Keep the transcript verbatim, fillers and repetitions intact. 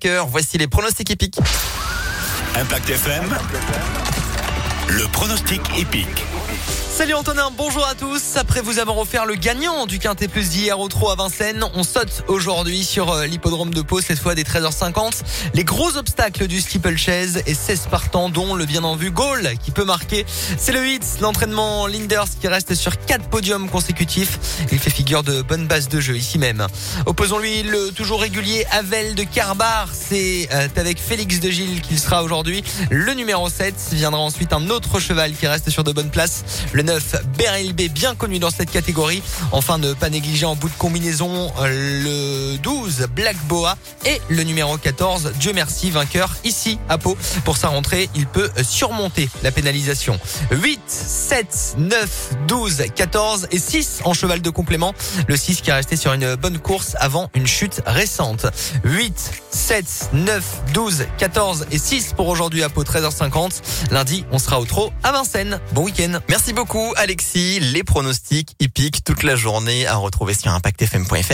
heures. Voici les pronostics épiques. Impact F M, le pronostic épique. Salut Antonin, bonjour à tous. Après vous avoir offert le gagnant du Quintet Plus d'hier au trot à Vincennes, on saute aujourd'hui sur l'hippodrome de Pau, cette fois des treize heures cinquante. Les gros obstacles du steeplechase et seize partants, dont le bien en vue Gaulle qui peut marquer. C'est le huit, l'entraînement Linders qui reste sur quatre podiums consécutifs. Il fait figure de bonne base de jeu ici même. Opposons-lui le toujours régulier Havel de Carbar. C'est avec Félix de Gilles qu'il sera aujourd'hui. Le numéro sept viendra ensuite un autre cheval qui reste sur de bonnes places. Le neuf, Beryl B, bien connu dans cette catégorie. Enfin, ne pas négliger en bout de combinaison le douze, Black Boa, et le numéro quatorze, Dieu merci, vainqueur ici à Pau. Pour sa rentrée, il peut surmonter la pénalisation. huit, sept, neuf, douze, quatorze et six en cheval de complément. Le six qui est resté sur une bonne course avant une chute récente. huit, sept, neuf, douze, quatorze et six pour aujourd'hui à Pau, treize heures cinquante. Lundi, on sera au trot à Vincennes. Bon week-end. Merci beaucoup Alexis. Les pronostics hippiques toute la journée à retrouver sur impact f m point f r.